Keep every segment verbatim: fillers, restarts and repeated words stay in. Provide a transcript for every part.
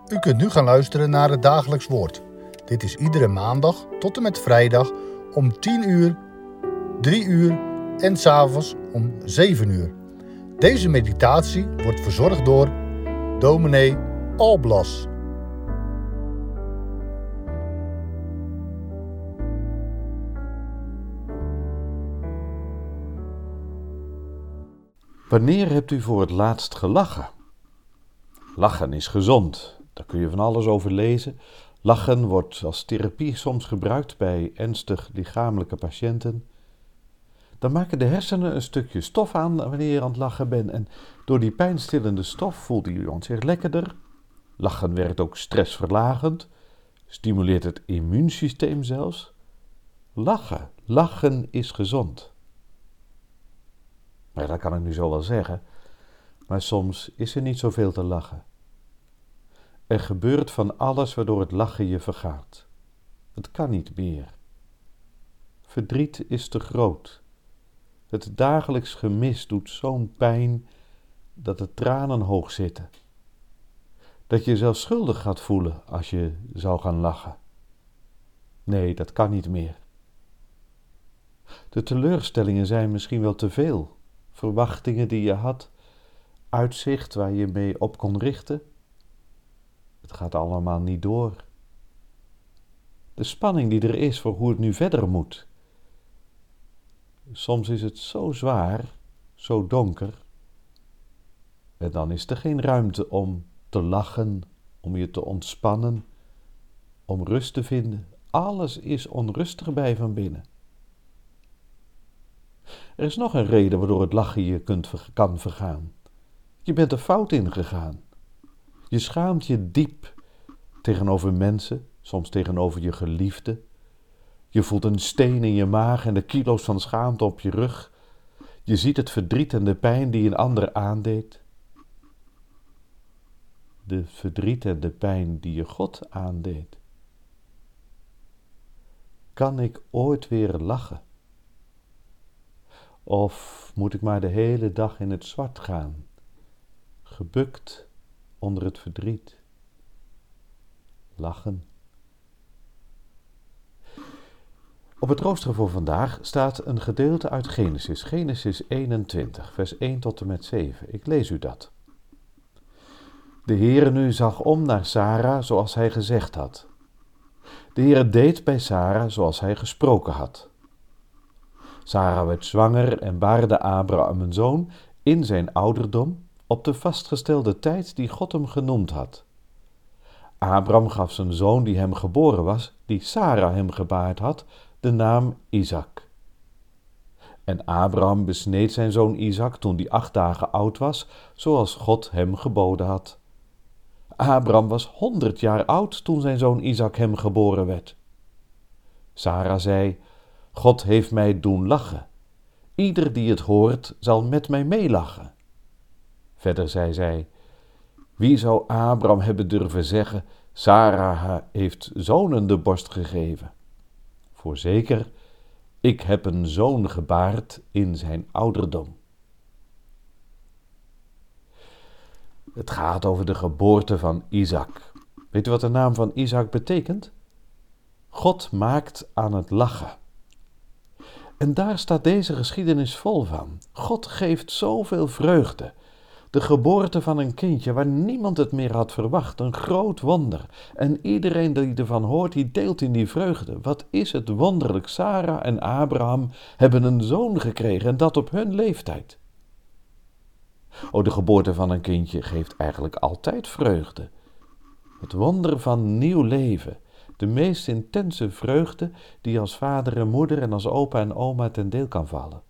U kunt nu gaan luisteren naar het dagelijks woord. Dit is iedere maandag tot en met vrijdag om tien uur, drie uur en 's avonds om zeven uur. Deze meditatie wordt verzorgd door dominee Alblas. Wanneer hebt u voor het laatst gelachen? Lachen is gezond. Daar kun je van alles over lezen. Lachen wordt als therapie soms gebruikt bij ernstig lichamelijke patiënten. Dan maken de hersenen een stukje stof aan wanneer je aan het lachen bent. En door die pijnstillende stof voelt iemand zich lekkerder. Lachen werkt ook stressverlagend. Stimuleert het immuunsysteem zelfs. Lachen, lachen is gezond. Maar dat kan ik nu zo wel zeggen. Maar soms is er niet zoveel te lachen. Er gebeurt van alles waardoor het lachen je vergaat. Het kan niet meer. Verdriet is te groot. Het dagelijks gemis doet zo'n pijn dat de tranen hoog zitten. Dat je jezelf schuldig gaat voelen als je zou gaan lachen. Nee, dat kan niet meer. De teleurstellingen zijn misschien wel te veel. Verwachtingen die je had, uitzicht waar je mee op kon richten. Het gaat allemaal niet door. De spanning die er is voor hoe het nu verder moet. Soms is het zo zwaar, zo donker. En dan is er geen ruimte om te lachen, om je te ontspannen, om rust te vinden. Alles is onrustig bij van binnen. Er is nog een reden waardoor het lachen je kunt, kan vergaan. Je bent er fout in gegaan. Je schaamt je diep tegenover mensen, soms tegenover je geliefde. Je voelt een steen in je maag en de kilo's van schaamte op je rug. Je ziet het verdriet en de pijn die een ander aandeed. De verdriet en de pijn die je God aandeed. Kan ik ooit weer lachen? Of moet ik maar de hele dag in het zwart gaan, gebukt onder het verdriet? Lachen. Op het rooster voor vandaag staat een gedeelte uit Genesis, Genesis eenentwintig, vers één tot en met zeven. Ik lees u dat. De Heere nu zag om naar Sara zoals hij gezegd had. De Heere deed bij Sara zoals hij gesproken had. Sara werd zwanger en baarde Abraham een zoon in zijn ouderdom op de vastgestelde tijd die God hem genoemd had. Abraham gaf zijn zoon die hem geboren was, die Sara hem gebaard had, de naam Isaac. En Abraham besneed zijn zoon Isaac toen die acht dagen oud was, zoals God hem geboden had. Abraham was honderd jaar oud toen zijn zoon Isaac hem geboren werd. Sara zei: God heeft mij doen lachen. Ieder die het hoort, zal met mij meelachen. Verder zei zij: wie zou Abraham hebben durven zeggen: Sara heeft zonen de borst gegeven? Voorzeker, ik heb een zoon gebaard in zijn ouderdom. Het gaat over de geboorte van Isaac. Weet u wat de naam van Isaac betekent? God maakt aan het lachen. En daar staat deze geschiedenis vol van. God geeft zoveel vreugde. De geboorte van een kindje waar niemand het meer had verwacht. Een groot wonder. En iedereen die ervan hoort, die deelt in die vreugde. Wat is het wonderlijk. Sara en Abraham hebben een zoon gekregen en dat op hun leeftijd. Oh, de geboorte van een kindje geeft eigenlijk altijd vreugde. Het wonder van nieuw leven. De meest intense vreugde die als vader en moeder en als opa en oma ten deel kan vallen.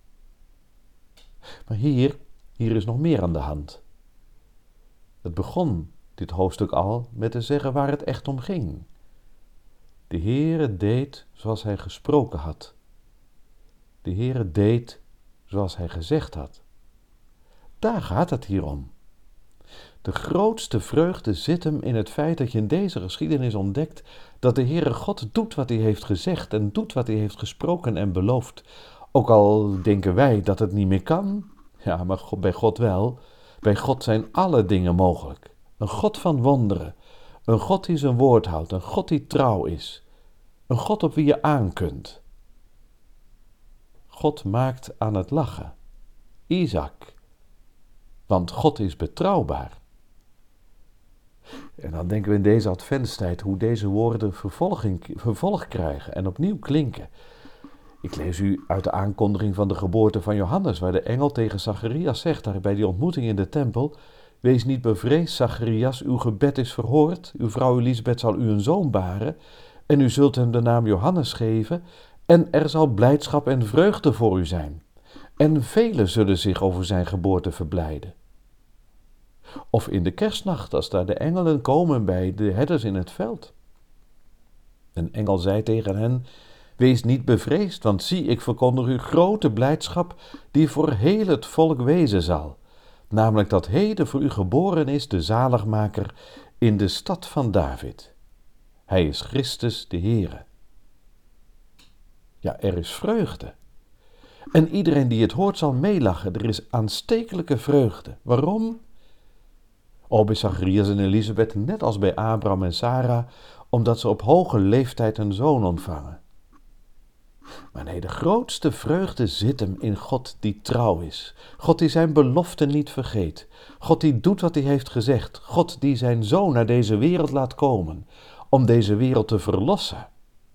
Maar hier, hier is nog meer aan de hand. Het begon, dit hoofdstuk al, met te zeggen waar het echt om ging. De Heere deed zoals hij gesproken had. De Heere deed zoals hij gezegd had. Daar gaat het hier om. De grootste vreugde zit hem in het feit dat je in deze geschiedenis ontdekt dat de Heere God doet wat hij heeft gezegd en doet wat hij heeft gesproken en beloofd. Ook al denken wij dat het niet meer kan, ja, maar bij God wel. Bij God zijn alle dingen mogelijk. Een God van wonderen, Een God die zijn woord houdt, een God die trouw is. Een God op wie je aan kunt. God maakt aan het lachen. Isaac. Want God is betrouwbaar. En dan denken we in deze adventstijd hoe deze woorden vervolging, vervolg krijgen en opnieuw klinken. Ik lees u uit de aankondiging van de geboorte van Johannes, waar de engel tegen Zacharias zegt, daar bij die ontmoeting in de tempel: wees niet bevreesd, Zacharias, uw gebed is verhoord, uw vrouw Elisabeth zal u een zoon baren, en u zult hem de naam Johannes geven, en er zal blijdschap en vreugde voor u zijn. En velen zullen zich over zijn geboorte verblijden. Of in de kerstnacht, als daar de engelen komen bij de herders in het veld. Een engel zei tegen hen: wees niet bevreesd, want zie, ik verkondig u grote blijdschap die voor heel het volk wezen zal. Namelijk dat heden voor u geboren is de zaligmaker in de stad van David. Hij is Christus de Heere. Ja, er is vreugde. En iedereen die het hoort zal meelachen. Er is aanstekelijke vreugde. Waarom? O, bij Zacharias en Elisabeth, net als bij Abraham en Sarah, omdat ze op hoge leeftijd een zoon ontvangen. Maar nee, de grootste vreugde zit hem in God die trouw is. God die zijn belofte niet vergeet. God die doet wat hij heeft gezegd. God die zijn zoon naar deze wereld laat komen, om deze wereld te verlossen.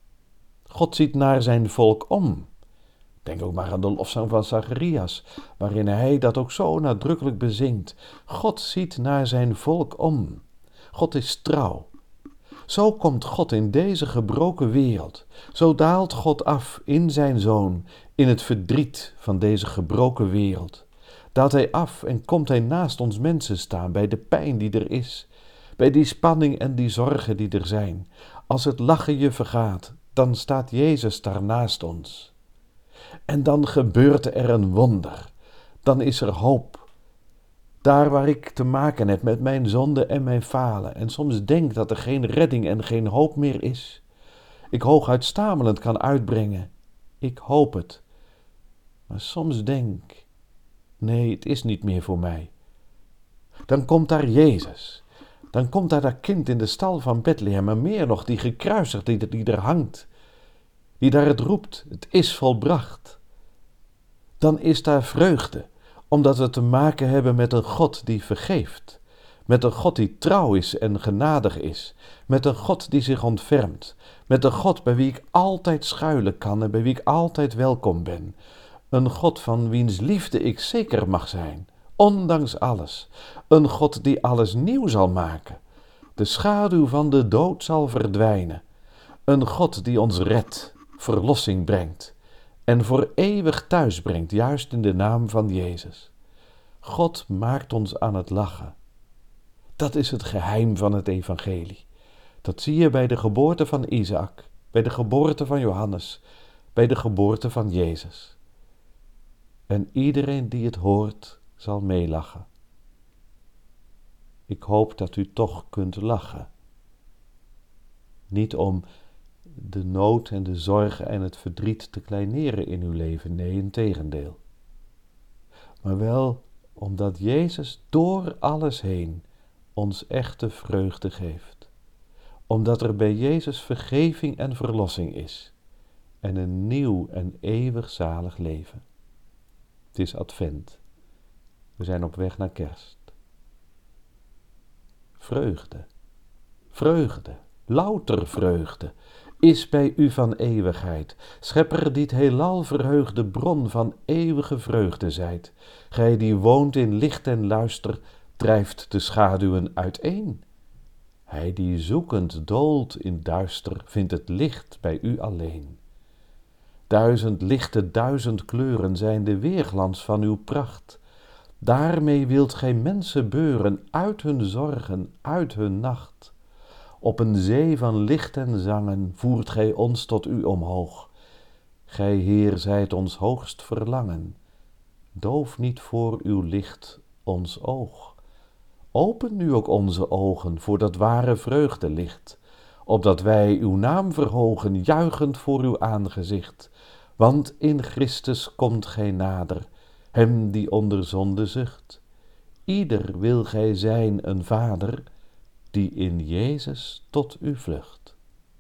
God ziet naar zijn volk om. Denk ook maar aan de lofzang van Zacharias, waarin hij dat ook zo nadrukkelijk bezingt. God ziet naar zijn volk om. God is trouw. Zo komt God in deze gebroken wereld. Zo daalt God af in zijn Zoon, in het verdriet van deze gebroken wereld. Daalt hij af en komt hij naast ons mensen staan, bij de pijn die er is, bij die spanning en die zorgen die er zijn. Als het lachen je vergaat, dan staat Jezus daar naast ons. En dan gebeurt er een wonder. Dan is er hoop. Daar waar ik te maken heb met mijn zonde en mijn falen en soms denk dat er geen redding en geen hoop meer is, ik hooguit stamelend kan uitbrengen: ik hoop het. Maar soms denk: nee, het is niet meer voor mij. Dan komt daar Jezus. Dan komt daar dat kind in de stal van Bethlehem, maar meer nog, die gekruisigd, die, die er hangt, die daar het roept: het is volbracht. Dan is daar vreugde, omdat we te maken hebben met een God die vergeeft, met een God die trouw is en genadig is, met een God die zich ontfermt, met een God bij wie ik altijd schuilen kan en bij wie ik altijd welkom ben, een God van wiens liefde ik zeker mag zijn, ondanks alles, een God die alles nieuw zal maken, de schaduw van de dood zal verdwijnen, een God die ons redt, verlossing brengt en voor eeuwig thuis brengt, juist in de naam van Jezus. God maakt ons aan het lachen. Dat is het geheim van het evangelie. Dat zie je bij de geboorte van Isaac, bij de geboorte van Johannes, bij de geboorte van Jezus. En iedereen die het hoort, zal meelachen. Ik hoop dat u toch kunt lachen. Niet om de nood en de zorgen en het verdriet te kleineren in uw leven, nee, integendeel. Maar wel omdat Jezus door alles heen ons echte vreugde geeft. Omdat er bij Jezus vergeving en verlossing is en een nieuw en eeuwig zalig leven. Het is Advent. We zijn op weg naar Kerst. Vreugde, vreugde, louter vreugde is bij u van eeuwigheid. Schepper die het heelal verheugde bron van eeuwige vreugde zijt. Gij die woont in licht en luister, drijft de schaduwen uiteen. Hij die zoekend doolt in duister, vindt het licht bij u alleen. Duizend lichte, duizend kleuren zijn de weerglans van uw pracht. Daarmee wilt gij mensen beuren uit hun zorgen, uit hun nacht. Op een zee van licht en zangen voert gij ons tot u omhoog. Gij, Heer, zijt ons hoogst verlangen. Doof niet voor uw licht ons oog. Open nu ook onze ogen voor dat ware vreugdelicht, opdat wij uw naam verhogen, juichend voor uw aangezicht. Want in Christus komt gij nader, hem die onder zonde zucht. Ieder wil gij zijn een vader, die in Jezus tot u vlucht.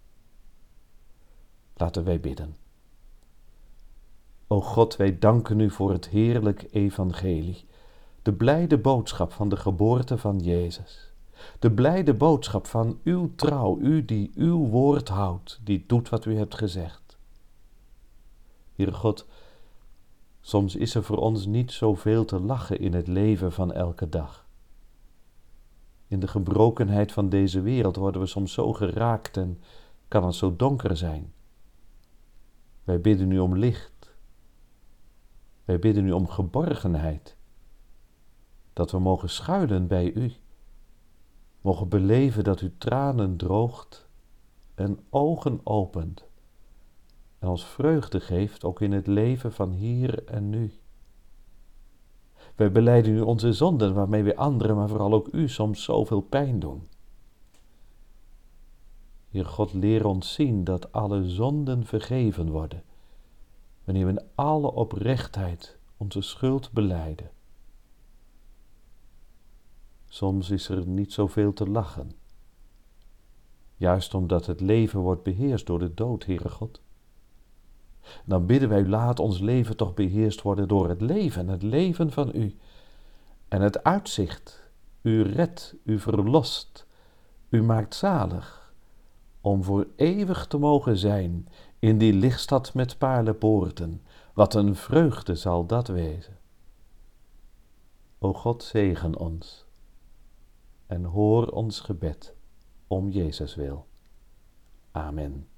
Laten wij bidden. O God, wij danken u voor het heerlijk evangelie, de blijde boodschap van de geboorte van Jezus, de blijde boodschap van uw trouw, u die uw woord houdt, die doet wat u hebt gezegd. Heere God, soms is er voor ons niet zoveel te lachen in het leven van elke dag. In de gebrokenheid van deze wereld worden we soms zo geraakt en kan het zo donker zijn. Wij bidden u om licht. Wij bidden u om geborgenheid. Dat we mogen schuilen bij u. Mogen beleven dat u tranen droogt en ogen opent. En ons vreugde geeft ook in het leven van hier en nu. Wij belijden u onze zonden waarmee we anderen, maar vooral ook u soms zoveel pijn doen. Heer God, leer ons zien dat alle zonden vergeven worden, wanneer we in alle oprechtheid onze schuld belijden. Soms is er niet zoveel te lachen, juist omdat het leven wordt beheerst door de dood, Heere God. Dan bidden wij, laat ons leven toch beheerst worden door het leven, het leven van u. En het uitzicht, u redt, u verlost, u maakt zalig, om voor eeuwig te mogen zijn in die lichtstad met paarlenpoorten. Wat een vreugde zal dat wezen. O God, zegen ons en hoor ons gebed om Jezus wil. Amen.